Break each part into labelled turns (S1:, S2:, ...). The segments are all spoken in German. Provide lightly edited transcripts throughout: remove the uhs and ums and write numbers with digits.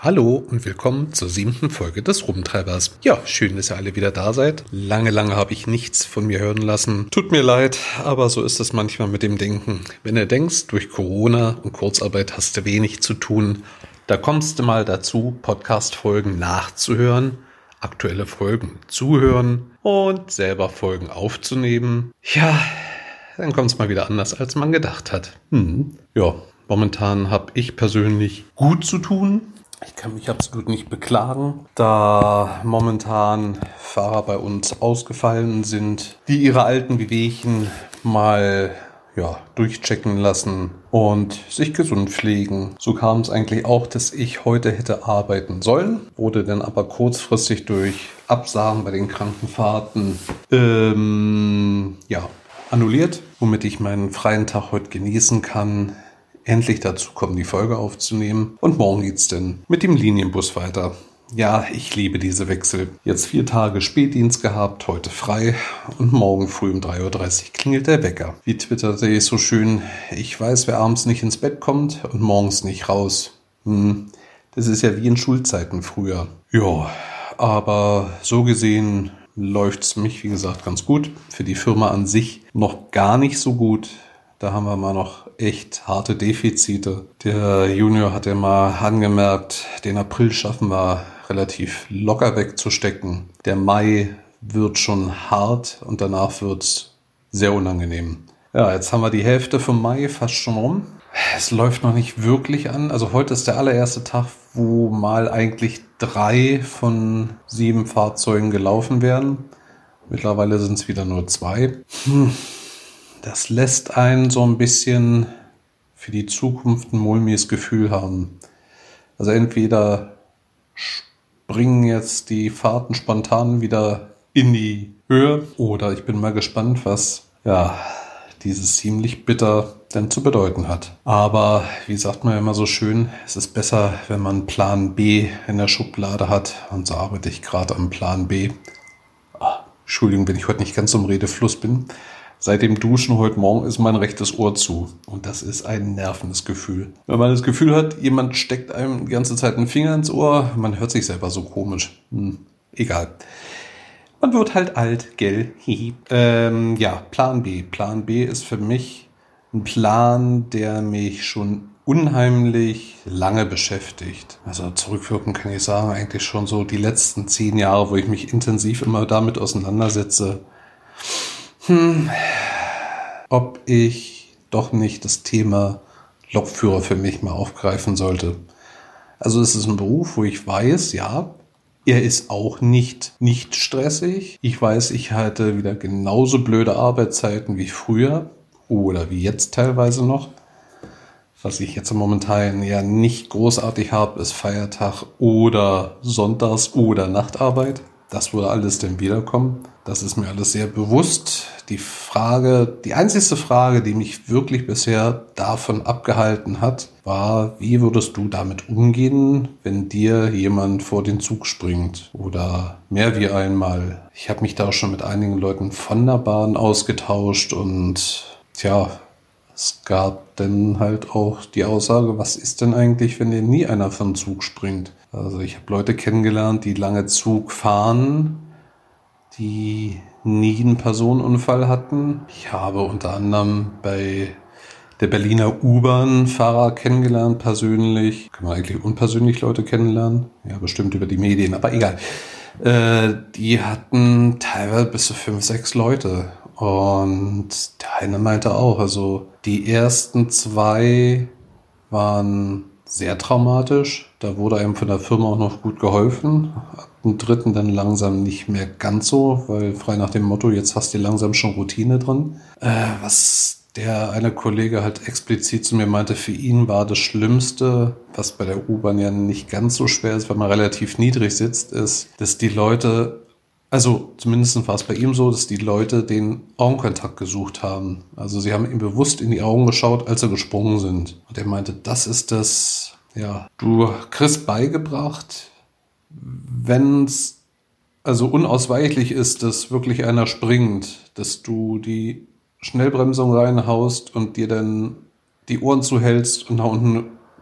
S1: Hallo und willkommen zur 7. Folge des Rumtreibers. Ja, schön, dass ihr alle wieder da seid. Lange habe ich nichts von mir hören lassen. Tut mir leid, aber so ist es manchmal mit dem Denken. Wenn du denkst, durch Corona und Kurzarbeit hast du wenig zu tun, da kommst du mal dazu, Podcast-Folgen nachzuhören, aktuelle Folgen zuhören und selber Folgen aufzunehmen. Ja, dann kommt es mal wieder anders, als man gedacht hat. Ja, momentan habe ich persönlich gut zu tun. Ich kann mich absolut nicht beklagen, da momentan Fahrer bei uns ausgefallen sind, die ihre alten Wehwehchen mal durchchecken lassen und sich gesund pflegen. So kam es eigentlich auch, dass ich heute hätte arbeiten sollen, wurde dann aber kurzfristig durch Absagen bei den Krankenfahrten annulliert, womit ich meinen freien Tag heute genießen kann. Endlich dazu kommen, die Folge aufzunehmen. Und morgen geht's dann mit dem Linienbus weiter. Ja, ich liebe diese Wechsel. Jetzt 4 Tage Spätdienst gehabt, heute frei. Und morgen früh um 3:30 Uhr klingelt der Wecker. Wie twitterte ich so schön: Ich weiß, wer abends nicht ins Bett kommt und morgens nicht raus. Das ist ja wie in Schulzeiten früher. Ja, aber so gesehen läuft's mich, wie gesagt, ganz gut. Für die Firma an sich noch gar nicht so gut. Da haben wir mal noch echt harte Defizite. Der Junior hat ja mal angemerkt, den April schaffen wir relativ locker wegzustecken. Der Mai wird schon hart und danach wird's sehr unangenehm. Ja, jetzt haben wir die Hälfte vom Mai fast schon rum. Es läuft noch nicht wirklich an. Also heute ist der allererste Tag, wo mal eigentlich 3 von 7 Fahrzeugen gelaufen werden. Mittlerweile sind es wieder nur 2. Das lässt einen so ein bisschen für die Zukunft ein mulmiges Gefühl haben. Also entweder springen jetzt die Fahrten spontan wieder in die Höhe oder ich bin mal gespannt, was dieses ziemlich bitter denn zu bedeuten hat. Aber wie sagt man ja immer so schön, es ist besser, wenn man Plan B in der Schublade hat, und so arbeite ich gerade am Plan B. Entschuldigung, wenn ich heute nicht ganz so im Redefluss bin. Seit dem Duschen heute Morgen ist mein rechtes Ohr zu. Und das ist ein nervendes Gefühl. Wenn man das Gefühl hat, jemand steckt einem die ganze Zeit einen Finger ins Ohr, man hört sich selber so komisch. Egal. Man wird halt alt, gell? Plan B. Plan B ist für mich ein Plan, der mich schon unheimlich lange beschäftigt. Also zurückwirkend kann ich sagen, eigentlich schon so die letzten 10 Jahre, wo ich mich intensiv immer damit auseinandersetze, ob ich doch nicht das Thema Lokführer für mich mal aufgreifen sollte. Also es ist ein Beruf, wo ich weiß, ja, er ist auch nicht stressig. Ich weiß, ich hatte wieder genauso blöde Arbeitszeiten wie früher oder wie jetzt teilweise noch. Was ich jetzt momentan ja nicht großartig habe, ist Feiertag oder Sonntags- oder Nachtarbeit. Das würde alles dann wiederkommen. Das ist mir alles sehr bewusst. Die einzigste Frage, die mich wirklich bisher davon abgehalten hat, war: Wie würdest du damit umgehen, wenn dir jemand vor den Zug springt? Oder mehr wie einmal. Ich habe mich da schon mit einigen Leuten von der Bahn ausgetauscht und es gab dann halt auch die Aussage: Was ist denn eigentlich, wenn dir nie einer vom Zug springt? Also ich habe Leute kennengelernt, die lange Zug fahren, die nie einen Personenunfall hatten. Ich habe unter anderem bei der Berliner U-Bahn Fahrer kennengelernt persönlich. Kann man eigentlich unpersönlich Leute kennenlernen? Ja, bestimmt über die Medien, aber egal. Die hatten teilweise bis zu 5, 6 Leute. Und der eine meinte auch, also die ersten 2 waren sehr traumatisch. Da wurde einem von der Firma auch noch gut geholfen. Ab dem 3. dann langsam nicht mehr ganz so, weil frei nach dem Motto, jetzt hast du langsam schon Routine drin. Was der eine Kollege halt explizit zu mir meinte, für ihn war das Schlimmste, was bei der U-Bahn ja nicht ganz so schwer ist, wenn man relativ niedrig sitzt, ist, dass die Leute, also zumindest war es bei ihm so, dass die Leute den Augenkontakt gesucht haben. Also sie haben ihm bewusst in die Augen geschaut, als sie gesprungen sind. Und er meinte, das ist das, du kriegst beigebracht, wenn es also unausweichlich ist, dass wirklich einer springt, dass du die Schnellbremsung reinhaust und dir dann die Ohren zuhältst und nach unten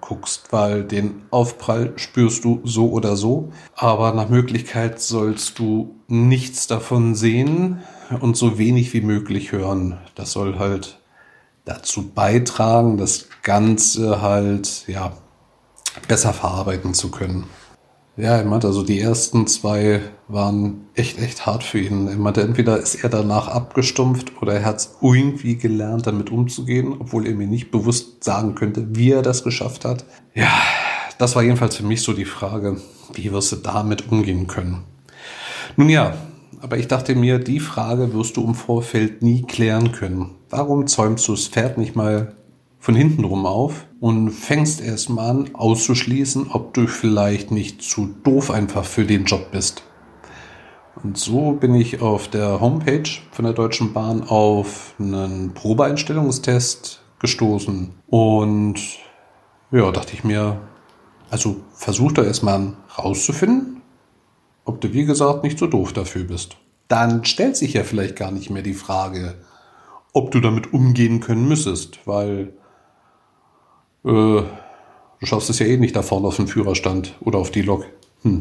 S1: guckst, weil den Aufprall spürst du so oder so. Aber nach Möglichkeit sollst du nichts davon sehen und so wenig wie möglich hören. Das soll halt dazu beitragen, das Ganze halt, ja, besser verarbeiten zu können. Ja, er meinte, also die ersten 2 waren echt hart für ihn. Er meinte, entweder ist er danach abgestumpft oder er hat es irgendwie gelernt, damit umzugehen, obwohl er mir nicht bewusst sagen könnte, wie er das geschafft hat. Ja, das war jedenfalls für mich so die Frage, wie wirst du damit umgehen können? Nun ja, aber ich dachte mir, die Frage wirst du im Vorfeld nie klären können. Warum zäumst du das Pferd nicht mal von hinten rum auf und fängst erstmal an auszuschließen, ob du vielleicht nicht zu doof einfach für den Job bist? Und so bin ich auf der Homepage von der Deutschen Bahn auf einen Probeeinstellungstest gestoßen. Und ja, dachte ich mir, also versuch da erstmal rauszufinden, ob du, wie gesagt, nicht so doof dafür bist. Dann stellt sich ja vielleicht gar nicht mehr die Frage, ob du damit umgehen können müsstest, weil du schaffst es ja eh nicht da vorne auf den Führerstand oder auf die Lok.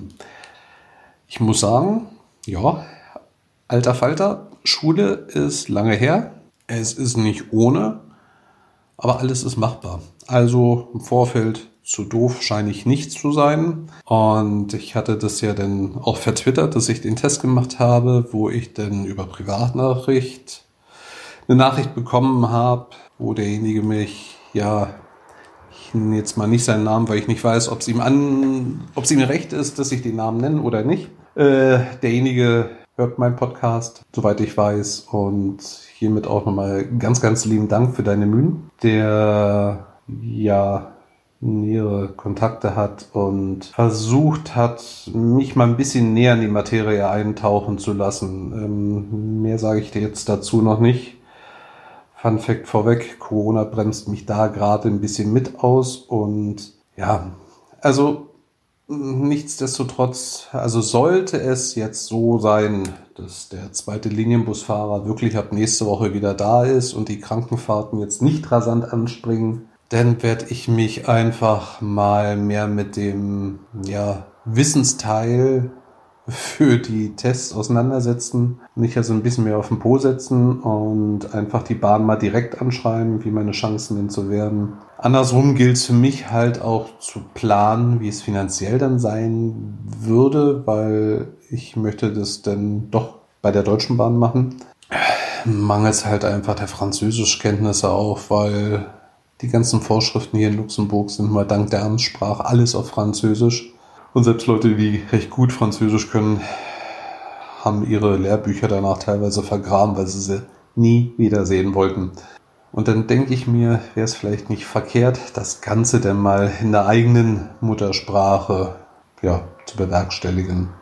S1: Ich muss sagen, ja, alter Falter, Schule ist lange her. Es ist nicht ohne, aber alles ist machbar. Also im Vorfeld zu doof scheine ich nicht zu sein. Und ich hatte das ja dann auch vertwittert, dass ich den Test gemacht habe, wo ich dann über Privatnachricht eine Nachricht bekommen habe, wo derjenige mich, ja, ich nenne jetzt mal nicht seinen Namen, weil ich nicht weiß, ob es ihm recht ist, dass ich den Namen nenne oder nicht. Derjenige hört meinen Podcast, soweit ich weiß, und hiermit auch nochmal ganz lieben Dank für deine Mühen. Der ja nähere Kontakte hat und versucht hat, mich mal ein bisschen näher in die Materie eintauchen zu lassen. Mehr sage ich dir jetzt dazu noch nicht. Fun Fact vorweg, Corona bremst mich da gerade ein bisschen mit aus und ja, also nichtsdestotrotz, also sollte es jetzt so sein, dass der zweite Linienbusfahrer wirklich ab nächste Woche wieder da ist und die Krankenfahrten jetzt nicht rasant anspringen, dann werde ich mich einfach mal mehr mit dem Wissensteil für die Tests auseinandersetzen, mich also ein bisschen mehr auf den Po setzen und einfach die Bahn mal direkt anschreiben, wie meine Chancen denn zu werden. Andersrum gilt es für mich halt auch zu planen, wie es finanziell dann sein würde, weil ich möchte das dann doch bei der Deutschen Bahn machen. Mangels halt einfach der Französischkenntnisse auch, weil die ganzen Vorschriften hier in Luxemburg sind mal dank der Amtssprache alles auf Französisch. Und selbst Leute, die recht gut Französisch können, haben ihre Lehrbücher danach teilweise vergraben, weil sie nie wieder sehen wollten. Und dann denke ich mir, wäre es vielleicht nicht verkehrt, das Ganze dann mal in der eigenen Muttersprache zu bewerkstelligen.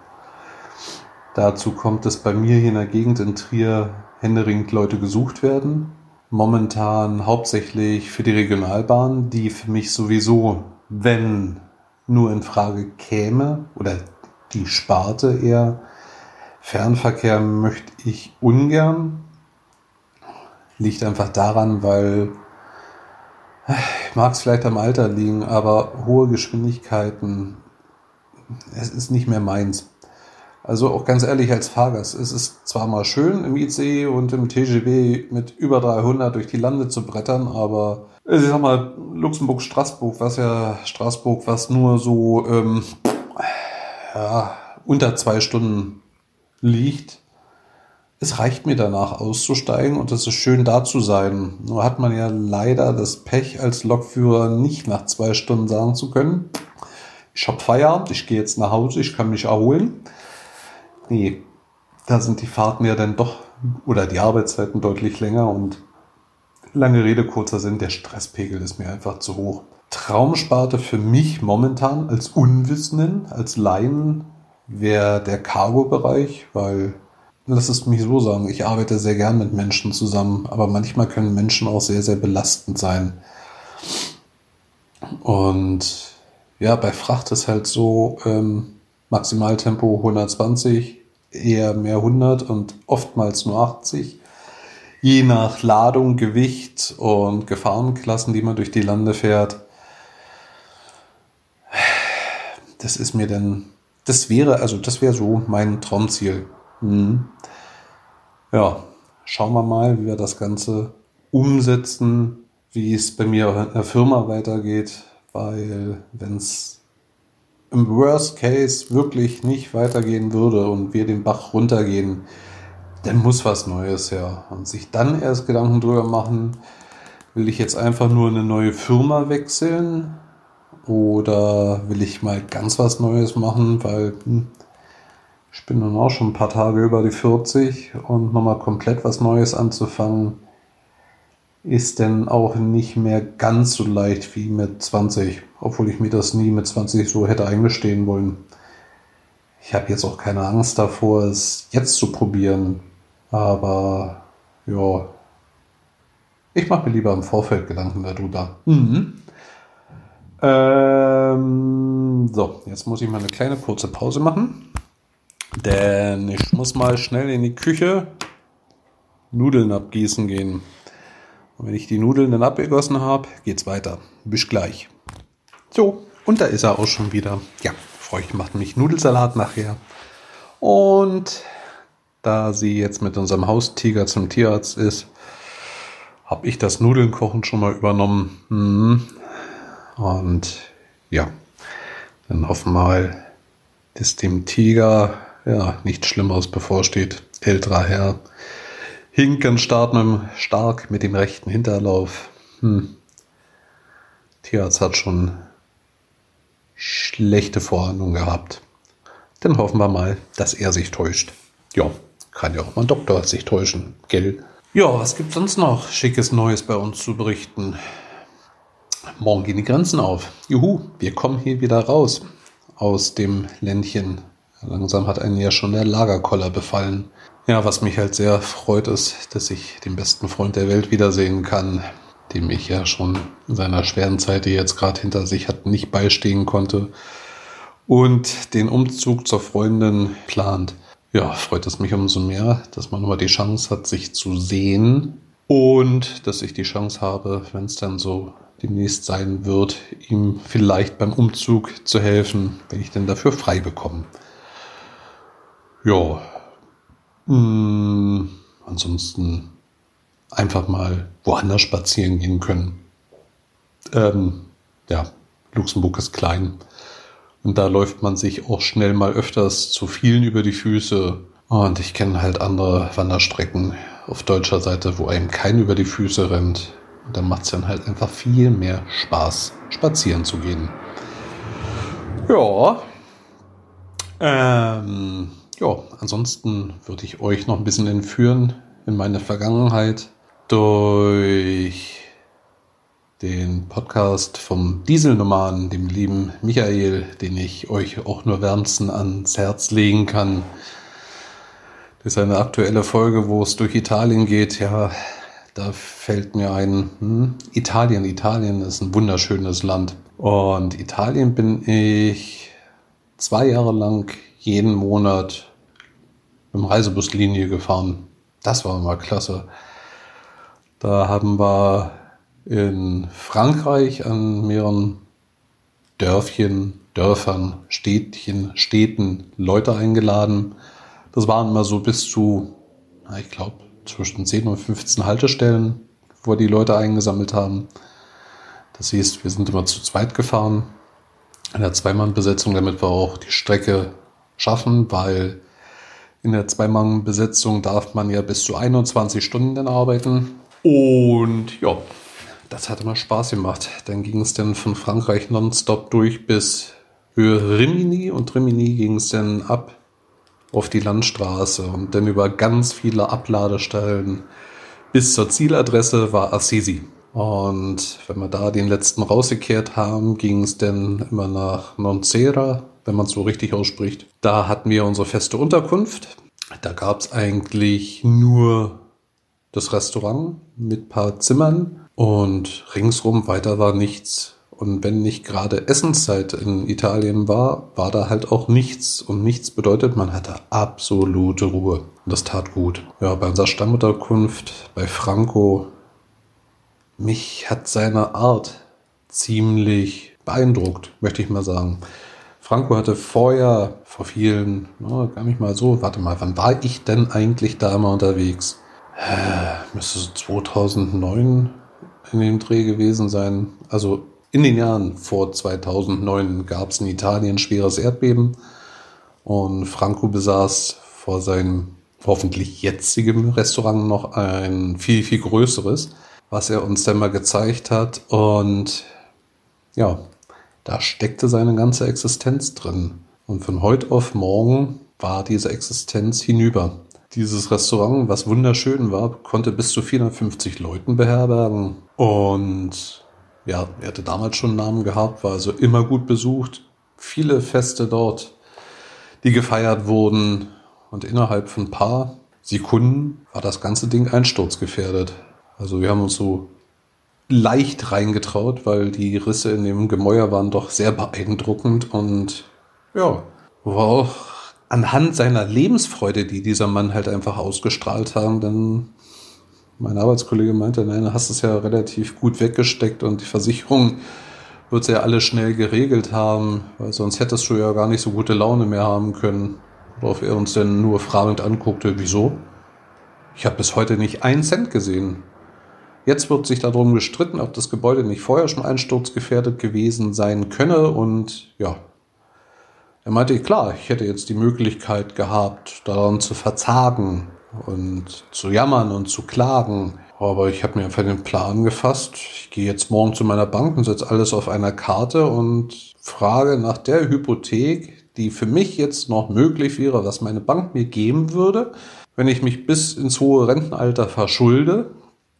S1: Dazu kommt, dass bei mir hier in der Gegend in Trier händeringend Leute gesucht werden. Momentan hauptsächlich für die Regionalbahn, die für mich sowieso, wenn nur in Frage käme, oder die Sparte eher. Fernverkehr möchte ich ungern. Liegt einfach daran, weil, mag es vielleicht am Alter liegen, aber hohe Geschwindigkeiten, es ist nicht mehr meins. Also auch ganz ehrlich als Fahrgast, es ist zwar mal schön im ICE und im TGV mit über 300 durch die Lande zu brettern, aber ich sag mal, Luxemburg-Straßburg, was nur so unter 2 Stunden liegt. Es reicht mir danach auszusteigen und es ist schön da zu sein. Nur hat man ja leider das Pech als Lokführer nicht nach 2 Stunden sagen zu können, ich habe Feierabend, ich gehe jetzt nach Hause, ich kann mich erholen. Nee, da sind die Fahrten ja dann doch, oder die Arbeitszeiten deutlich länger und lange Rede, kurzer Sinn, der Stresspegel ist mir einfach zu hoch. Traumsparte für mich momentan als Unwissenden, als Laien, wäre der Cargo-Bereich, weil, lass es mich so sagen, ich arbeite sehr gern mit Menschen zusammen, aber manchmal können Menschen auch sehr belastend sein. Und ja, bei Fracht ist halt so, Maximaltempo 120, eher mehr 100 und oftmals nur 80. Je nach Ladung, Gewicht und Gefahrenklassen, die man durch die Lande fährt. das wäre so mein Traumziel. Ja, schauen wir mal, wie wir das Ganze umsetzen, wie es bei mir in der Firma weitergeht, weil wenn es im Worst Case wirklich nicht weitergehen würde und wir den Bach runtergehen, dann muss was Neues her. Und sich dann erst Gedanken drüber machen, will ich jetzt einfach nur eine neue Firma wechseln oder will ich mal ganz was Neues machen, weil ich bin dann auch schon ein paar Tage über die 40 und nochmal komplett was Neues anzufangen, ist dann auch nicht mehr ganz so leicht wie mit 20, obwohl ich mir das nie mit 20 so hätte eingestehen wollen. Ich habe jetzt auch keine Angst davor, es jetzt zu probieren, aber ja, ich mache mir lieber im Vorfeld Gedanken darüber. So, jetzt muss ich mal eine kleine kurze Pause machen, denn ich muss mal schnell in die Küche Nudeln abgießen gehen. Und wenn ich die Nudeln dann abgegossen habe, geht's weiter. Bis gleich. So, und da ist er auch schon wieder. Ja, Freuch macht nämlich Nudelsalat nachher. Und da sie jetzt mit unserem Haustiger zum Tierarzt ist, habe ich das Nudelnkochen schon mal übernommen. Und ja, dann hoffen wir mal, dass dem Tiger nichts Schlimmeres bevorsteht. Älterer Herr. Hinken stark mit dem rechten Hinterlauf. Tierarzt hat schon schlechte Vorahnung gehabt. Dann hoffen wir mal, dass er sich täuscht. Ja, kann ja auch mal ein Doktor sich täuschen, gell? Ja, was gibt sonst noch Schickes Neues bei uns zu berichten? Morgen gehen die Grenzen auf. Juhu, wir kommen hier wieder raus aus dem Ländchen. Langsam hat einen ja schon der Lagerkoller befallen. Ja, was mich halt sehr freut, ist, dass ich den besten Freund der Welt wiedersehen kann, dem ich ja schon in seiner schweren Zeit, die jetzt gerade hinter sich hat, nicht beistehen konnte und den Umzug zur Freundin plant. Ja, freut es mich umso mehr, dass man immer die Chance hat, sich zu sehen und dass ich die Chance habe, wenn es dann so demnächst sein wird, ihm vielleicht beim Umzug zu helfen, wenn ich denn dafür frei bekomme. Ja, ansonsten einfach mal woanders spazieren gehen können. Luxemburg ist klein und da läuft man sich auch schnell mal öfters zu vielen über die Füße. Und ich kenne halt andere Wanderstrecken auf deutscher Seite, wo einem kein über die Füße rennt. Und dann macht es dann halt einfach viel mehr Spaß, spazieren zu gehen. Ja. Ansonsten würde ich euch noch ein bisschen entführen in meine Vergangenheit durch den Podcast vom Dieselnomaden, dem lieben Michael, den ich euch auch nur wärmstens ans Herz legen kann. Das ist eine aktuelle Folge, wo es durch Italien geht. Ja, da fällt mir ein, Italien ist ein wunderschönes Land. Und Italien bin ich 2 Jahre lang jeden Monat mit dem Reisebuslinie gefahren. Das war mal klasse. Da haben wir in Frankreich an mehreren Dörfern, Städten Leute eingeladen. Das waren immer so bis zu, ich glaube, zwischen 10 und 15 Haltestellen, wo wir die Leute eingesammelt haben. Das heißt, wir sind immer zu zweit gefahren, in der Zweimann-Besetzung, damit wir auch die Strecke schaffen, weil in der Zweimann-Besetzung darf man ja bis zu 21 Stunden dann arbeiten. Und ja, das hat immer Spaß gemacht. Dann ging es dann von Frankreich nonstop durch bis Höhe Rimini und Rimini ging es dann ab auf die Landstraße und dann über ganz viele Abladestellen bis zur Zieladresse war Assisi. Und wenn wir da den letzten rausgekehrt haben, ging es dann immer nach Nocera, wenn man es so richtig ausspricht. Da hatten wir unsere feste Unterkunft. Da gab es eigentlich nur das Restaurant mit ein paar Zimmern und ringsrum weiter war nichts. Und wenn nicht gerade Essenszeit in Italien war, war da halt auch nichts. Und nichts bedeutet, man hatte absolute Ruhe. Und das tat gut. Ja, bei unserer Stammunterkunft, bei Franco, mich hat seine Art ziemlich beeindruckt, möchte ich mal sagen. Franco hatte vorher, vor vielen, gar nicht mal so, warte mal, wann war ich denn eigentlich da mal unterwegs? Müsste so 2009 in dem Dreh gewesen sein. Also in den Jahren vor 2009 gab es in Italien ein schweres Erdbeben und Franco besaß vor seinem hoffentlich jetzigen Restaurant noch ein viel, viel größeres, was er uns dann mal gezeigt hat. Und ja, da steckte seine ganze Existenz drin. Und von heute auf morgen war diese Existenz hinüber. Dieses Restaurant, was wunderschön war, konnte bis zu 450 Leuten beherbergen. Und ja, er hatte damals schon einen Namen gehabt, war also immer gut besucht. Viele Feste dort, die gefeiert wurden. Und innerhalb von ein paar Sekunden war das ganze Ding einsturzgefährdet. Also wir haben uns so leicht reingetraut, weil die Risse in dem Gemäuer waren doch sehr beeindruckend und ja, war auch anhand seiner Lebensfreude, die dieser Mann halt einfach ausgestrahlt haben, denn mein Arbeitskollege meinte, nein, du hast es ja relativ gut weggesteckt und die Versicherung wird es ja alles schnell geregelt haben, weil sonst hättest du ja gar nicht so gute Laune mehr haben können. Worauf er uns dann nur fragend anguckte, wieso? Ich habe bis heute nicht einen Cent gesehen. Jetzt wird sich darum gestritten, ob das Gebäude nicht vorher schon einsturzgefährdet gewesen sein könne. Und ja, er meinte, klar, ich hätte jetzt die Möglichkeit gehabt, daran zu verzagen und zu jammern und zu klagen. Aber ich habe mir einfach den Plan gefasst. Ich gehe jetzt morgen zu meiner Bank und setze alles auf einer Karte und frage nach der Hypothek, die für mich jetzt noch möglich wäre, was meine Bank mir geben würde, wenn ich mich bis ins hohe Rentenalter verschulde.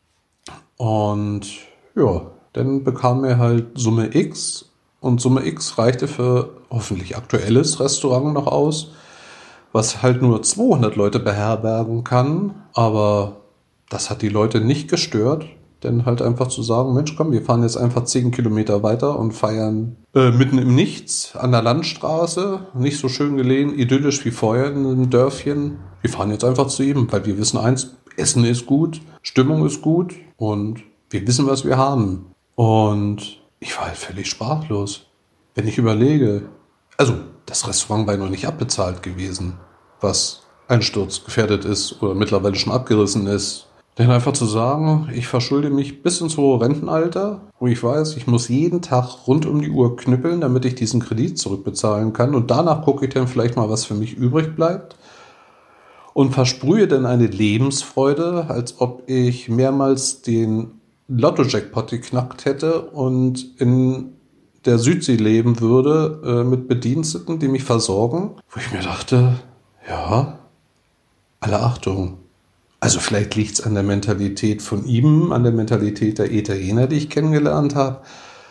S1: Und ja, dann bekam er halt Summe X und Summe X reichte für hoffentlich aktuelles Restaurant noch aus, was halt nur 200 Leute beherbergen kann, aber das hat die Leute nicht gestört, denn halt einfach zu sagen, Mensch, komm, wir fahren jetzt einfach 10 Kilometer weiter und feiern mitten im Nichts an der Landstraße, nicht so schön gelegen, idyllisch wie vorher in einem Dörfchen. Wir fahren jetzt einfach zu ihm, weil wir wissen eins, Essen ist gut, Stimmung ist gut und wir wissen, was wir haben. Und ich war halt völlig sprachlos. Wenn ich überlege, also das Restaurant war noch nicht abbezahlt gewesen, was einsturzgefährdet ist oder mittlerweile schon abgerissen ist. Denn einfach zu sagen, ich verschulde mich bis ins hohe Rentenalter, wo ich weiß, ich muss jeden Tag rund um die Uhr knüppeln, damit ich diesen Kredit zurückbezahlen kann. Und danach gucke ich dann vielleicht mal, was für mich übrig bleibt. Und versprühe dann eine Lebensfreude, als ob ich mehrmals den Lotto-Jackpot geknackt hätte und in der Südsee leben würde mit Bediensteten, die mich versorgen. Wo ich mir dachte, ja, alle Achtung. Also vielleicht liegt es an der Mentalität von ihm, an der Mentalität der Italiener, die ich kennengelernt habe.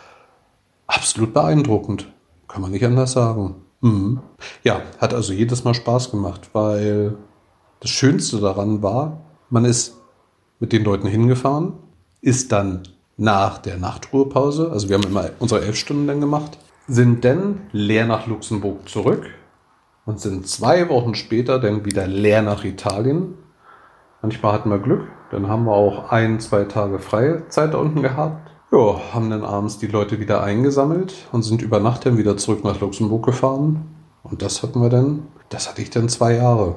S1: Absolut beeindruckend. Kann man nicht anders sagen. Mhm. Ja, hat also jedes Mal Spaß gemacht, weil das Schönste daran war, man ist mit den Leuten hingefahren, ist dann nach der Nachtruhepause, also wir haben immer unsere 11 Stunden dann gemacht, sind dann leer nach Luxemburg zurück und sind 2 Wochen später dann wieder leer nach Italien. Manchmal hatten wir Glück, dann haben wir auch 1, 2 Tage freie Zeit da unten gehabt. Ja, haben dann abends die Leute wieder eingesammelt und sind über Nacht dann wieder zurück nach Luxemburg gefahren. Und das hatte ich dann 2 Jahre.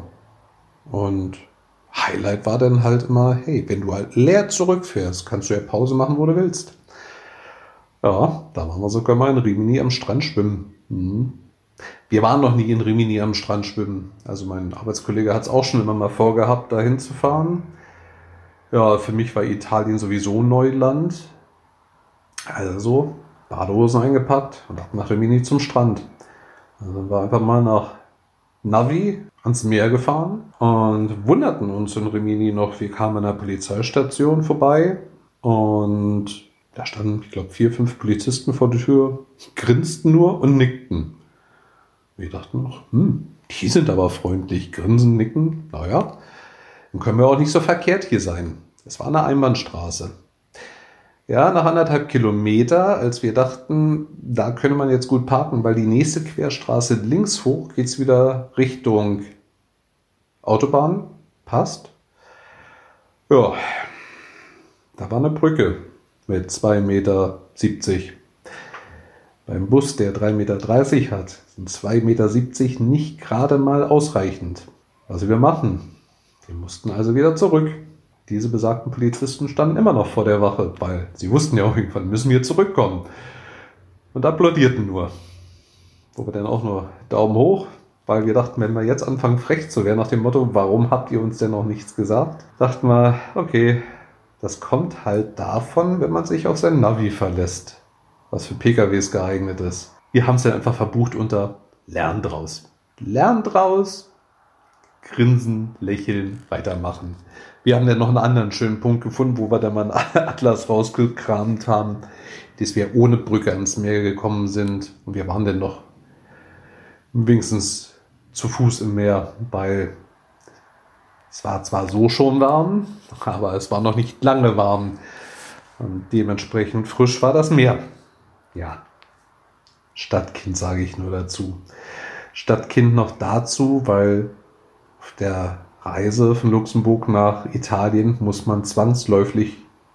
S1: Und Highlight war dann halt immer, hey, wenn du halt leer zurückfährst, kannst du ja Pause machen, wo du willst. Ja, da waren wir sogar mal in Rimini am Strand schwimmen. Mhm. Wir waren noch nie in Rimini am Strand schwimmen. Also mein Arbeitskollege hat es auch schon immer mal vorgehabt, da hinzufahren. Ja, für mich war Italien sowieso Neuland. Also Badehosen eingepackt und ab nach Rimini zum Strand. Dann sind wir einfach mal nach Navi ans Meer gefahren und wunderten uns in Rimini noch. Wir kamen an der Polizeistation vorbei und da standen, ich glaube, 4, 5 Polizisten vor der Tür, grinsten nur und nickten. Wir dachten noch, die sind aber freundlich, grinsen, nicken. Naja, dann können wir auch nicht so verkehrt hier sein. Es war eine Einbahnstraße. Ja, nach 1,5 Kilometer, als wir dachten, da könnte man jetzt gut parken, weil die nächste Querstraße links hoch geht es wieder Richtung Autobahn. Passt. Ja, da war eine Brücke mit 2,70 Meter. Beim Bus, der 3,30 Meter hat, sind 2,70 Meter nicht gerade mal ausreichend. Was wir machen? Wir mussten also wieder zurück. Diese besagten Polizisten standen immer noch vor der Wache, weil sie wussten ja auch, irgendwann müssen wir zurückkommen. Und applaudierten nur. Wo wir dann auch nur Daumen hoch, weil wir dachten, wenn wir jetzt anfangen frech zu werden, nach dem Motto, warum habt ihr uns denn noch nichts gesagt? Dachten wir, okay, das kommt halt davon, wenn man sich auf sein Navi verlässt, was für PKWs geeignet ist. Wir haben es dann einfach verbucht unter Lern draus. Lern draus, grinsen, lächeln, weitermachen. Wir haben dann noch einen anderen schönen Punkt gefunden, wo wir dann mal einen Atlas rausgekramt haben, dass wir ohne Brücke ans Meer gekommen sind. Und wir waren dann noch wenigstens zu Fuß im Meer, weil es war zwar so schon warm, aber es war noch nicht lange warm. Und dementsprechend frisch war das Meer. Ja, Stadtkind sage ich nur dazu. Stadtkind noch dazu, weil auf der Reise von Luxemburg nach Italien muss man zwangsläufig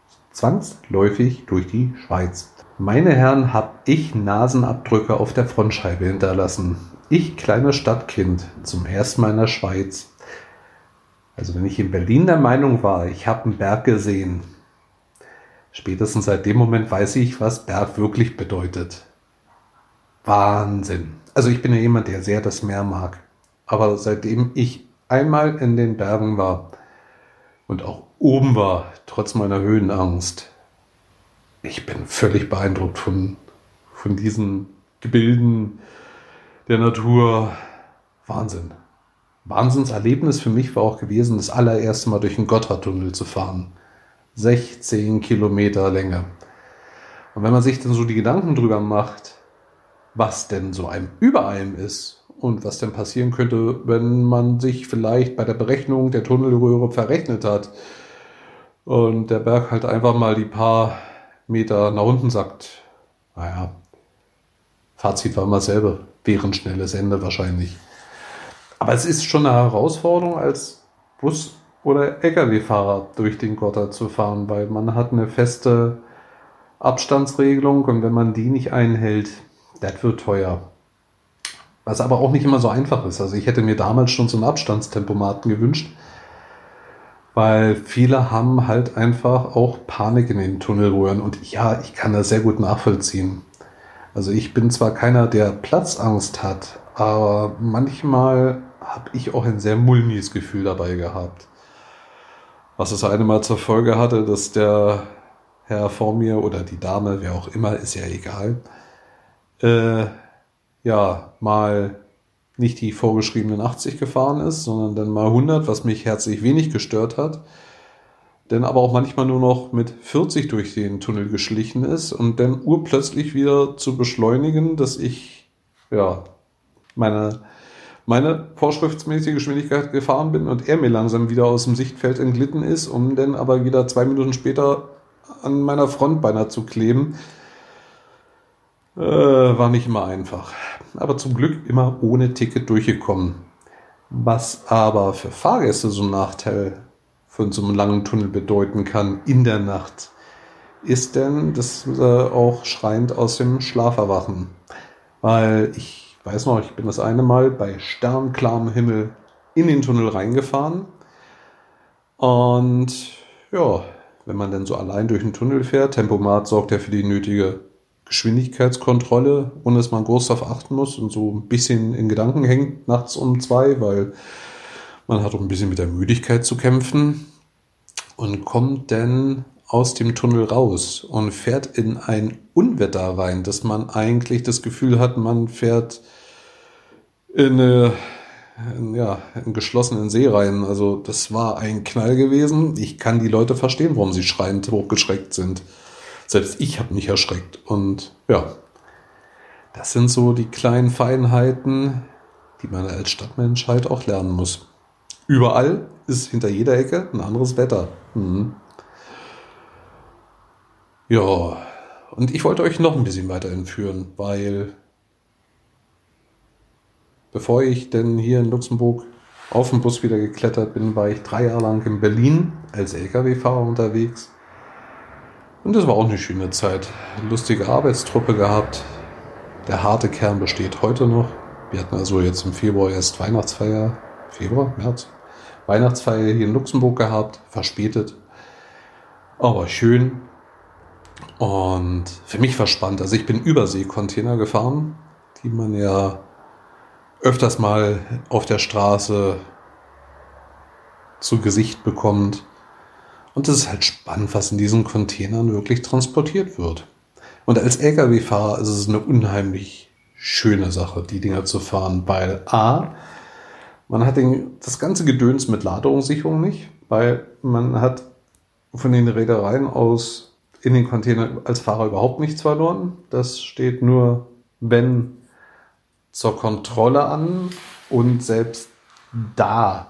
S1: durch die Schweiz. Meine Herren, habe ich Nasenabdrücke auf der Frontscheibe hinterlassen. Ich, kleines Stadtkind, zum ersten Mal in der Schweiz. Also wenn ich in Berlin der Meinung war, ich habe einen Berg gesehen, spätestens seit dem Moment weiß ich, was Berg wirklich bedeutet. Wahnsinn. Also ich bin ja jemand, der sehr das Meer mag. Aber seitdem ich einmal in den Bergen war und auch oben war, trotz meiner Höhenangst, ich bin völlig beeindruckt von diesen Gebilden der Natur. Wahnsinn. Wahnsinnserlebnis für mich war auch gewesen, das allererste Mal durch den Gotthardtunnel zu fahren. 16 Kilometer Länge. Und wenn man sich dann so die Gedanken drüber macht, was denn so über einem ist und was denn passieren könnte, wenn man sich vielleicht bei der Berechnung der Tunnelröhre verrechnet hat und der Berg halt einfach mal die paar Meter nach unten sackt. Naja, Fazit war immer dasselbe. Wäre ein schnelles Ende wahrscheinlich. Aber es ist schon eine Herausforderung, als Bus- oder Lkw-Fahrer durch den Gotthard zu fahren, weil man hat eine feste Abstandsregelung und wenn man die nicht einhält, das wird teuer. Was aber auch nicht immer so einfach ist. Also ich hätte mir damals schon so einen Abstandstempomaten gewünscht, weil viele haben halt einfach auch Panik in den Tunnelröhren. Und ja, ich kann das sehr gut nachvollziehen. Also ich bin zwar keiner, der Platzangst hat, aber manchmal habe ich auch ein sehr mulmiges Gefühl dabei gehabt. Was es einmal zur Folge hatte, dass der Herr vor mir oder die Dame, wer auch immer, ist ja egal, mal nicht die vorgeschriebenen 80 gefahren ist, sondern dann mal 100, was mich herzlich wenig gestört hat. Dann aber auch manchmal nur noch mit 40 durch den Tunnel geschlichen ist und dann urplötzlich wieder zu beschleunigen, dass ich meine vorschriftsmäßige Geschwindigkeit gefahren bin und er mir langsam wieder aus dem Sichtfeld entglitten ist, um dann aber wieder 2 Minuten später an meiner Front beinahe zu kleben. War nicht immer einfach. Aber zum Glück immer ohne Ticket durchgekommen. Was aber für Fahrgäste so ein Nachteil von so einem langen Tunnel bedeuten kann in der Nacht, ist denn, dass auch schreiend aus dem Schlaf erwachen. Weil ich weiß noch, ich bin das eine Mal bei sternklarem Himmel in den Tunnel reingefahren. Und ja, wenn man dann so allein durch den Tunnel fährt, Tempomat sorgt ja für die nötige Geschwindigkeitskontrolle, ohne dass man groß darauf achten muss und so ein bisschen in Gedanken hängt nachts um 2, weil man hat auch ein bisschen mit der Müdigkeit zu kämpfen und kommt dann aus dem Tunnel raus und fährt in ein Unwetter rein, dass man eigentlich das Gefühl hat, man fährt in einen geschlossenen See rein. Also das war ein Knall gewesen. Ich kann die Leute verstehen, warum sie schreiend hochgeschreckt sind. Selbst ich habe mich erschreckt. Und ja, das sind so die kleinen Feinheiten, die man als Stadtmensch halt auch lernen muss. Überall ist hinter jeder Ecke ein anderes Wetter. Ja, und ich wollte euch noch ein bisschen weiter entführen, weil bevor ich denn hier in Luxemburg auf den Bus wieder geklettert bin, war ich 3 Jahre lang in Berlin als Lkw-Fahrer unterwegs. Und das war auch eine schöne Zeit. Lustige Arbeitstruppe gehabt. Der harte Kern besteht heute noch. Wir hatten also jetzt im Februar erst Weihnachtsfeier, März, Weihnachtsfeier hier in Luxemburg gehabt, verspätet, aber schön. Und für mich war spannend. Also ich bin Überseekontainer gefahren, die man ja öfters mal auf der Straße zu Gesicht bekommt. Und es ist halt spannend, was in diesen Containern wirklich transportiert wird. Und als Lkw-Fahrer ist es eine unheimlich schöne Sache, die Dinger zu fahren, weil A, man hat das ganze Gedöns mit Lagerungssicherung nicht, weil man hat von den Reedereien aus in den Containern als Fahrer überhaupt nichts verloren. Das steht nur, wenn zur Kontrolle an, und selbst da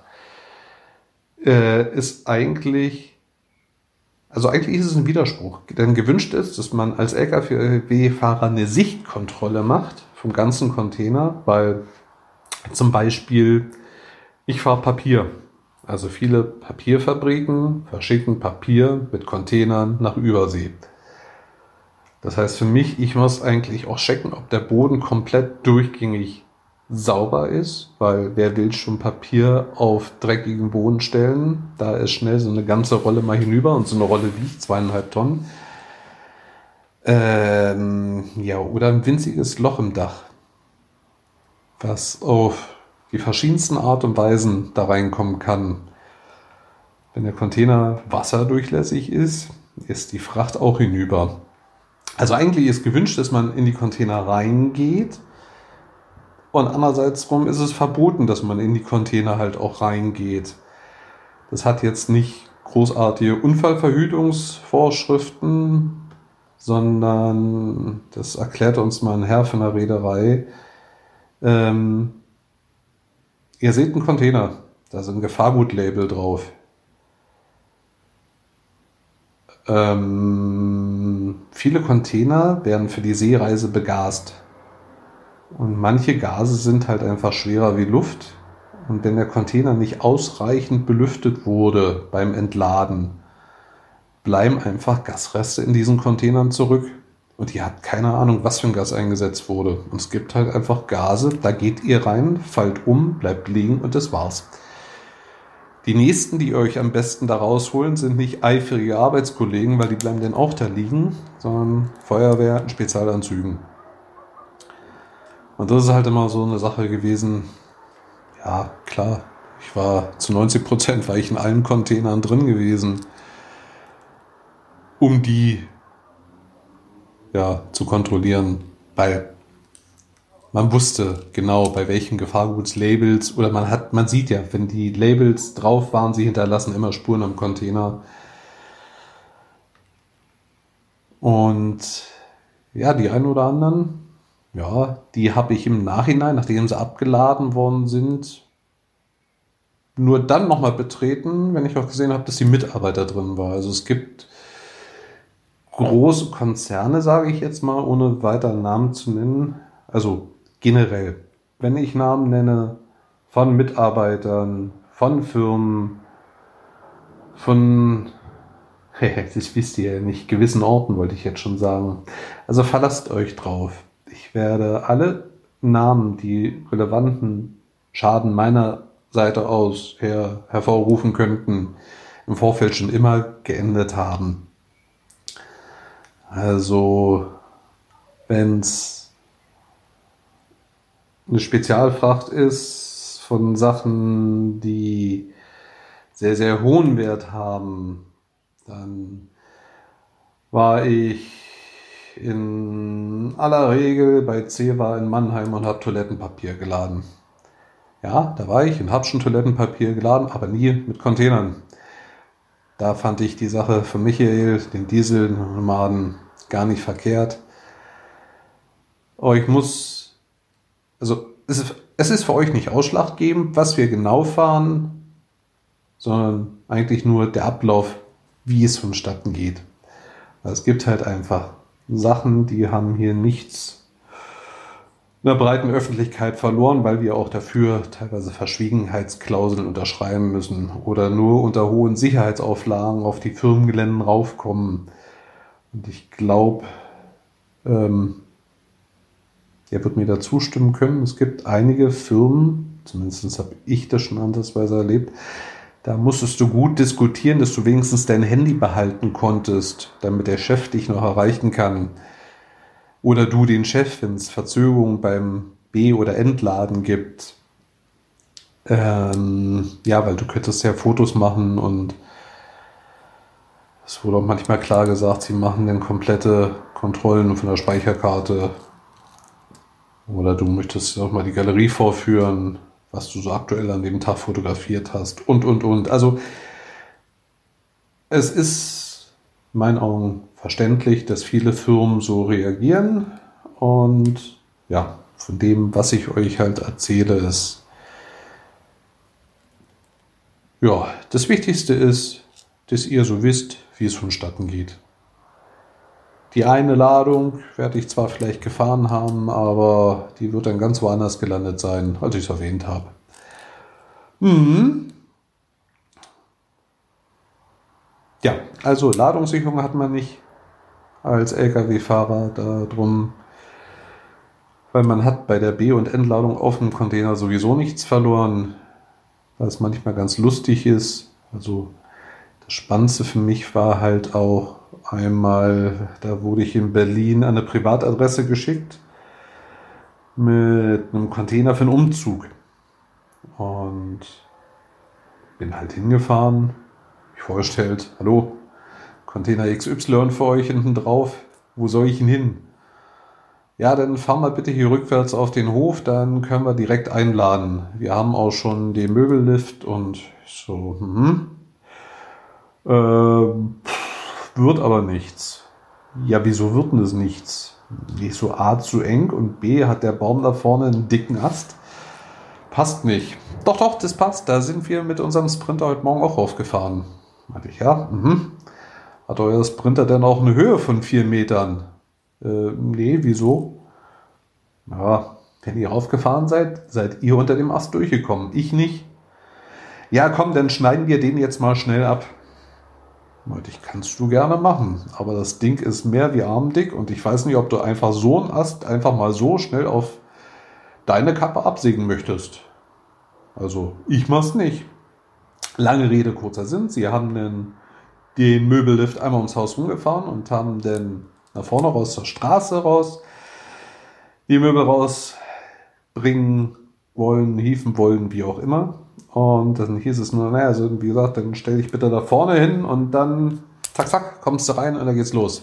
S1: ist eigentlich ist es ein Widerspruch. Denn gewünscht ist, dass man als Lkw-Fahrer eine Sichtkontrolle macht vom ganzen Container, weil zum Beispiel ich fahre Papier. Also viele Papierfabriken verschicken Papier mit Containern nach Übersee. Das heißt für mich, ich muss eigentlich auch checken, ob der Boden komplett durchgängig sauber ist, weil wer will schon Papier auf dreckigen Boden stellen? Da ist schnell so eine ganze Rolle mal hinüber und so eine Rolle wiegt 2,5 Tonnen. Oder ein winziges Loch im Dach, was auf die verschiedensten Art und Weisen da reinkommen kann. Wenn der Container wasserdurchlässig ist, ist die Fracht auch hinüber. Also eigentlich ist gewünscht, dass man in die Container reingeht. Und andererseits rum ist es verboten, dass man in die Container halt auch reingeht. Das hat jetzt nicht großartige Unfallverhütungsvorschriften, sondern das erklärt uns mal ein Herr von der Reederei. Ihr seht einen Container, da ist ein Gefahrgutlabel drauf. Viele Container werden für die Seereise begast. Und manche Gase sind halt einfach schwerer wie Luft. Und wenn der Container nicht ausreichend belüftet wurde beim Entladen, bleiben einfach Gasreste in diesen Containern zurück. Und ihr habt keine Ahnung, was für ein Gas eingesetzt wurde. Und es gibt halt einfach Gase, da geht ihr rein, fallt um, bleibt liegen und das war's. Die nächsten, die euch am besten da rausholen, sind nicht eifrige Arbeitskollegen, weil die bleiben dann auch da liegen, sondern Feuerwehr in Spezialanzügen. Und das ist halt immer so eine Sache gewesen. Ja, klar, ich war zu 90% war ich in allen Containern drin gewesen, um die zu kontrollieren, weil man wusste genau, bei welchen Gefahrgutslabels, oder man sieht ja, wenn die Labels drauf waren, sie hinterlassen immer Spuren am Container. Und ja, die einen oder anderen, die habe ich im Nachhinein, nachdem sie abgeladen worden sind, nur dann nochmal betreten, wenn ich auch gesehen habe, dass die Mitarbeiter drin war. Also es gibt große Konzerne, sage ich jetzt mal, ohne weiter Namen zu nennen. Also generell, wenn ich Namen nenne von Mitarbeitern, von Firmen, von, das wisst ihr ja nicht, gewissen Orten wollte ich jetzt schon sagen. Also verlasst euch drauf. Ich werde alle Namen, die relevanten Schaden meiner Seite aus hervorrufen könnten, im Vorfeld schon immer geändert haben. Also, wenn es eine Spezialfracht ist von Sachen, die sehr, sehr hohen Wert haben, dann war ich in aller Regel bei CEWA in Mannheim und habe Toilettenpapier geladen. Ja, da war ich und habe schon Toilettenpapier geladen, aber nie mit Containern. Da fand ich die Sache von Michael, den Dieselnomaden, gar nicht verkehrt. Aber es ist für euch nicht ausschlaggebend, was wir genau fahren, sondern eigentlich nur der Ablauf, wie es vonstatten geht. Weil es gibt halt einfach Sachen, die haben hier nichts in der breiten Öffentlichkeit verloren, weil wir auch dafür teilweise Verschwiegenheitsklauseln unterschreiben müssen oder nur unter hohen Sicherheitsauflagen auf die Firmengeländen raufkommen. Und ich glaube, Er wird mir da zustimmen können. Es gibt einige Firmen, zumindest habe ich das schon andersweise erlebt, da musstest du gut diskutieren, dass du wenigstens dein Handy behalten konntest, damit der Chef dich noch erreichen kann. Oder du den Chef, wenn es Verzögerungen beim B- oder Entladen gibt. Ja, weil du könntest ja Fotos machen und es wurde auch manchmal klar gesagt, sie machen dann komplette Kontrollen von der Speicherkarte. Oder du möchtest auch mal die Galerie vorführen, was du so aktuell an dem Tag fotografiert hast und. Also es ist in meinen Augen verständlich, dass viele Firmen so reagieren. Und ja, von dem, was ich euch halt erzähle, ist, ja, das Wichtigste ist, dass ihr so wisst, wie es vonstatten geht. Die eine Ladung werde ich zwar vielleicht gefahren haben, aber die wird dann ganz woanders gelandet sein, als ich es erwähnt habe. Ja, also Ladungssicherung hat man nicht als Lkw-Fahrer darum, weil man hat bei der B- und Entladung auf dem Container sowieso nichts verloren, was manchmal ganz lustig ist. Also das Spannendste für mich war halt auch einmal, da wurde ich in Berlin an eine Privatadresse geschickt mit einem Container für einen Umzug. Und bin halt hingefahren, mich vorgestellt, hallo, Container XY für euch hinten drauf, wo soll ich ihn hin? Ja, dann fahren wir bitte hier rückwärts auf den Hof, dann können wir direkt einladen. Wir haben auch schon den Möbellift und ich so, wird aber nichts. Ja, wieso wird denn das nichts? Nicht so A zu eng und B hat der Baum da vorne einen dicken Ast. Passt nicht. Doch, doch, das passt. Da sind wir mit unserem Sprinter heute Morgen auch raufgefahren. Meinte ich, ja. Hat euer Sprinter denn auch eine Höhe von 4 Metern? Nee, wieso? Ja, wenn ihr raufgefahren seid, seid ihr unter dem Ast durchgekommen. Ich nicht. Ja, komm, dann schneiden wir den jetzt mal schnell ab. Meinte ich, kannst du gerne machen. Aber das Ding ist mehr wie armdick und ich weiß nicht, ob du einfach so einen Ast einfach mal so schnell auf deine Kappe absägen möchtest. Also, ich mach's nicht. Lange Rede, kurzer Sinn. Sie haben den Möbellift einmal ums Haus rumgefahren und haben dann nach vorne raus zur Straße raus die Möbel rausbringen wollen, hieven wollen, wie auch immer. Und dann hieß es nur, naja, also wie gesagt, dann stell dich bitte da vorne hin und dann zack, zack, kommst du rein und dann geht's los.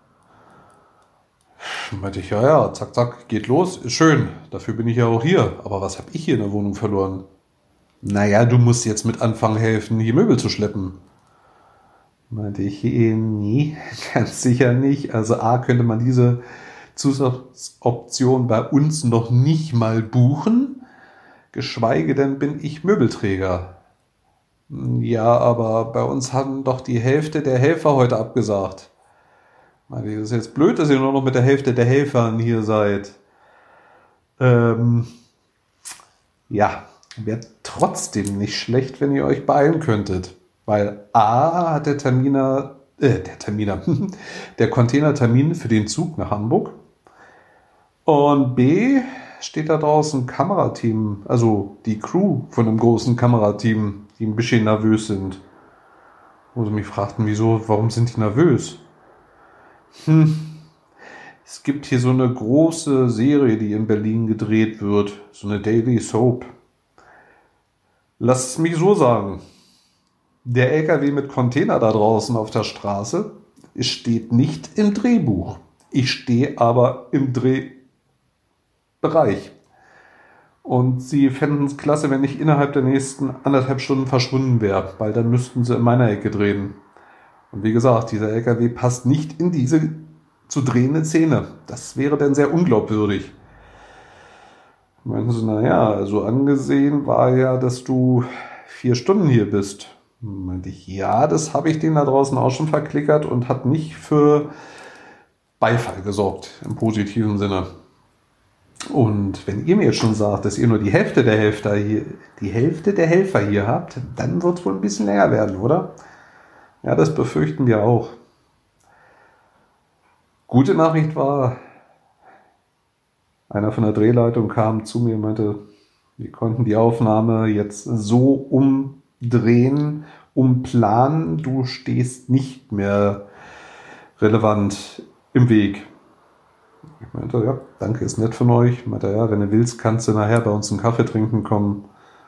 S1: Dann meinte ich, ja, zack, zack, geht los, ist schön, dafür bin ich ja auch hier. Aber was habe ich hier in der Wohnung verloren? Naja, du musst jetzt mit anfangen helfen, hier Möbel zu schleppen. Meinte ich, nee, ganz sicher nicht. Also A, könnte man diese Zusatzoption bei uns noch nicht mal buchen, geschweige denn bin ich Möbelträger. Ja, aber bei uns haben doch die Hälfte der Helfer heute abgesagt. Meinte ich, das ist jetzt blöd, dass ihr nur noch mit der Hälfte der Helfer hier seid. Ähm, ja, wäre trotzdem nicht schlecht, wenn ihr euch beeilen könntet. Weil A hat der Containertermin für den Zug nach Hamburg. Und B steht da draußen ein Kamerateam, also die Crew von einem großen Kamerateam, die ein bisschen nervös sind. Wo sie mich fragten, wieso, warum sind die nervös? Es gibt hier so eine große Serie, die in Berlin gedreht wird, so eine Daily Soap. Lasst es mich so sagen. Der LKW mit Container da draußen auf der Straße steht nicht im Drehbuch. Ich stehe aber im Drehbereich. Und sie fänden es klasse, wenn ich innerhalb der nächsten 1,5 Stunden verschwunden wäre, weil dann müssten sie in meiner Ecke drehen. Und wie gesagt, dieser LKW passt nicht in diese zu drehende Szene. Das wäre dann sehr unglaubwürdig. Meinten sie, naja, also angesehen war ja, dass du 4 Stunden hier bist. Meinte ich, ja, das habe ich denen da draußen auch schon verklickert und hat nicht für Beifall gesorgt, im positiven Sinne. Und wenn ihr mir jetzt schon sagt, dass ihr nur die Hälfte der Helfer hier habt, dann wird es wohl ein bisschen länger werden, oder? Ja, das befürchten wir auch. Gute Nachricht war, Einer von der Drehleitung kam zu mir und meinte, wir konnten die Aufnahme jetzt so umdrehen, umplanen, du stehst nicht mehr relevant im Weg. Ich meinte, ja, danke, ist nett von euch. Ich meinte, ja, wenn du willst, kannst du nachher bei uns einen Kaffee trinken kommen.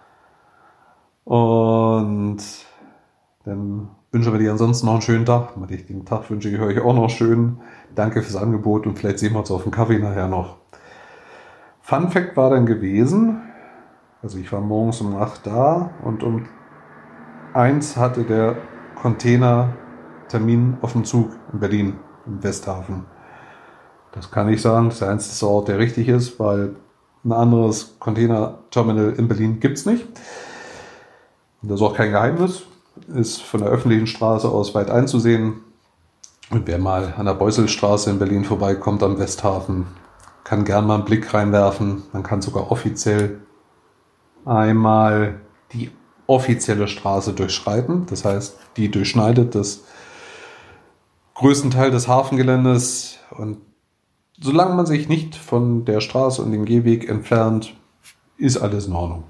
S1: Und dann wünschen wir dir ansonsten noch einen schönen Tag. Den Tag wünsche ich euch auch noch schön. Danke fürs Angebot und vielleicht sehen wir uns auf dem Kaffee nachher noch. Fun Fact war dann gewesen, also ich war morgens um 8 da und um 1 hatte der Container Termin auf dem Zug in Berlin, im Westhafen. Das kann ich sagen, das ist der einzige Ort, der richtig ist, weil ein anderes Container-Terminal in Berlin gibt es nicht. Und das ist auch kein Geheimnis, ist von der öffentlichen Straße aus weit einzusehen. Und wer mal an der Beuselstraße in Berlin vorbeikommt am Westhafen, kann gern mal einen Blick reinwerfen. Man kann sogar offiziell einmal die offizielle Straße durchschreiten. Das heißt, die durchschneidet das größten Teil des Hafengeländes. Und solange man sich nicht von der Straße und dem Gehweg entfernt, ist alles in Ordnung.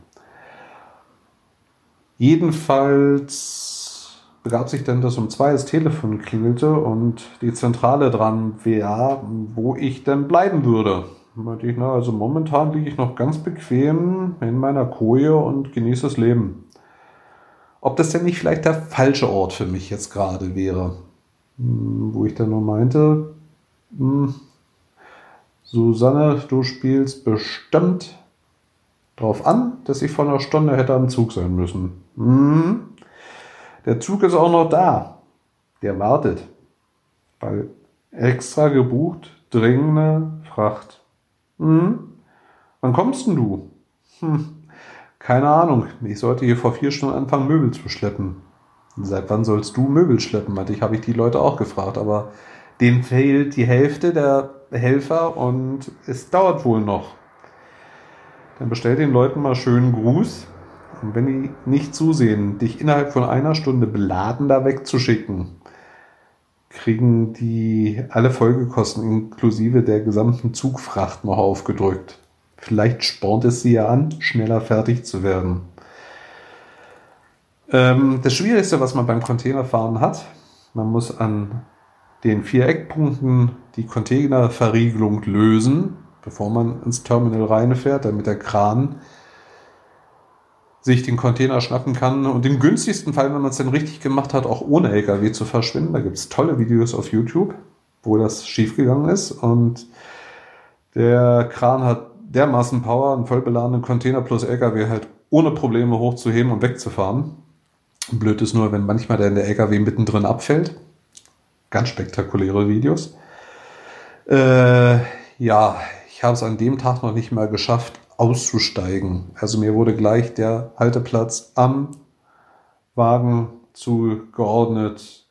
S1: Jedenfalls begab sich dann, dass um 2 das Telefon klingelte und die Zentrale dran wäre, wo ich denn bleiben würde. Meinte ich, also momentan liege ich noch ganz bequem in meiner Koje und genieße das Leben. Ob das denn nicht vielleicht der falsche Ort für mich jetzt gerade wäre? Wo ich dann nur meinte, Susanne, du spielst bestimmt drauf an, dass ich vor einer Stunde hätte am Zug sein müssen. Der Zug ist auch noch da. Der wartet. Weil extra gebucht, dringende Fracht. Wann kommst denn du? Keine Ahnung. Ich sollte hier vor 4 Stunden anfangen, Möbel zu schleppen. Seit wann sollst du Möbel schleppen? Habe ich die Leute auch gefragt. Aber denen fehlt die Hälfte der Helfer und es dauert wohl noch. Dann bestell den Leuten mal schönen Gruß. Und wenn die nicht zusehen, dich innerhalb von 1 Stunde beladen da wegzuschicken, kriegen die alle Folgekosten inklusive der gesamten Zugfracht noch aufgedrückt. Vielleicht spornt es sie ja an, schneller fertig zu werden. Das Schwierigste, was man beim Containerfahren hat, man muss an den 4 Eckpunkten die Containerverriegelung lösen, bevor man ins Terminal reinfährt, damit der Kran sich den Container schnappen kann und im günstigsten Fall, wenn man es dann richtig gemacht hat, auch ohne LKW zu verschwinden. Da gibt es tolle Videos auf YouTube, wo das schiefgegangen ist und der Kran hat dermaßen Power, einen vollbeladenen Container plus LKW halt ohne Probleme hochzuheben und wegzufahren. Blöd ist nur, wenn manchmal der LKW mittendrin abfällt. Ganz spektakuläre Videos. Ja, ich habe es an dem Tag noch nicht mal geschafft, auszusteigen. Also mir wurde gleich der Halteplatz am Wagen zugeordnet.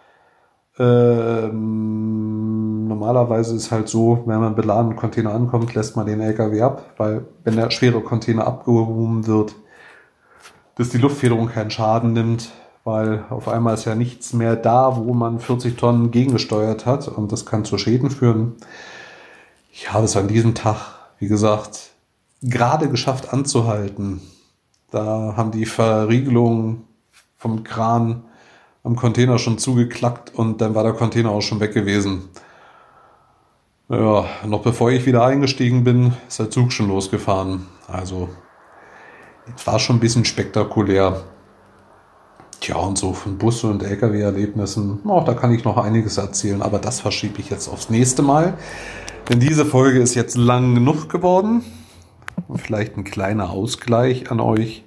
S1: Normalerweise ist halt so, wenn man beladenen Container ankommt, lässt man den LKW ab, weil wenn der schwere Container abgehoben wird, dass die Luftfederung keinen Schaden nimmt, weil auf einmal ist ja nichts mehr da, wo man 40 Tonnen gegengesteuert hat und das kann zu Schäden führen. Ich habe es an diesem Tag, wie gesagt, gerade geschafft anzuhalten. Da haben die Verriegelungen vom Kran am Container schon zugeklackt und dann war der Container auch schon weg gewesen. Ja, noch bevor ich wieder eingestiegen bin, ist der Zug schon losgefahren. Also, es war schon ein bisschen spektakulär. Tja, und so von Bus- und LKW-Erlebnissen, da kann ich noch einiges erzählen, aber das verschiebe ich jetzt aufs nächste Mal. Denn diese Folge ist jetzt lang genug geworden. Und vielleicht ein kleiner Ausgleich an euch,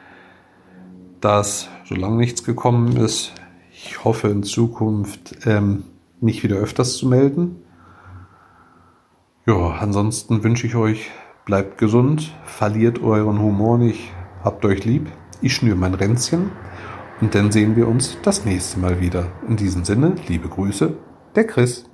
S1: dass solange nichts gekommen ist, ich hoffe in Zukunft mich wieder öfters zu melden. Ja, ansonsten wünsche ich euch, bleibt gesund, verliert euren Humor nicht, habt euch lieb. Ich schnüre mein Ränzchen und dann sehen wir uns das nächste Mal wieder. In diesem Sinne, liebe Grüße, der Chris.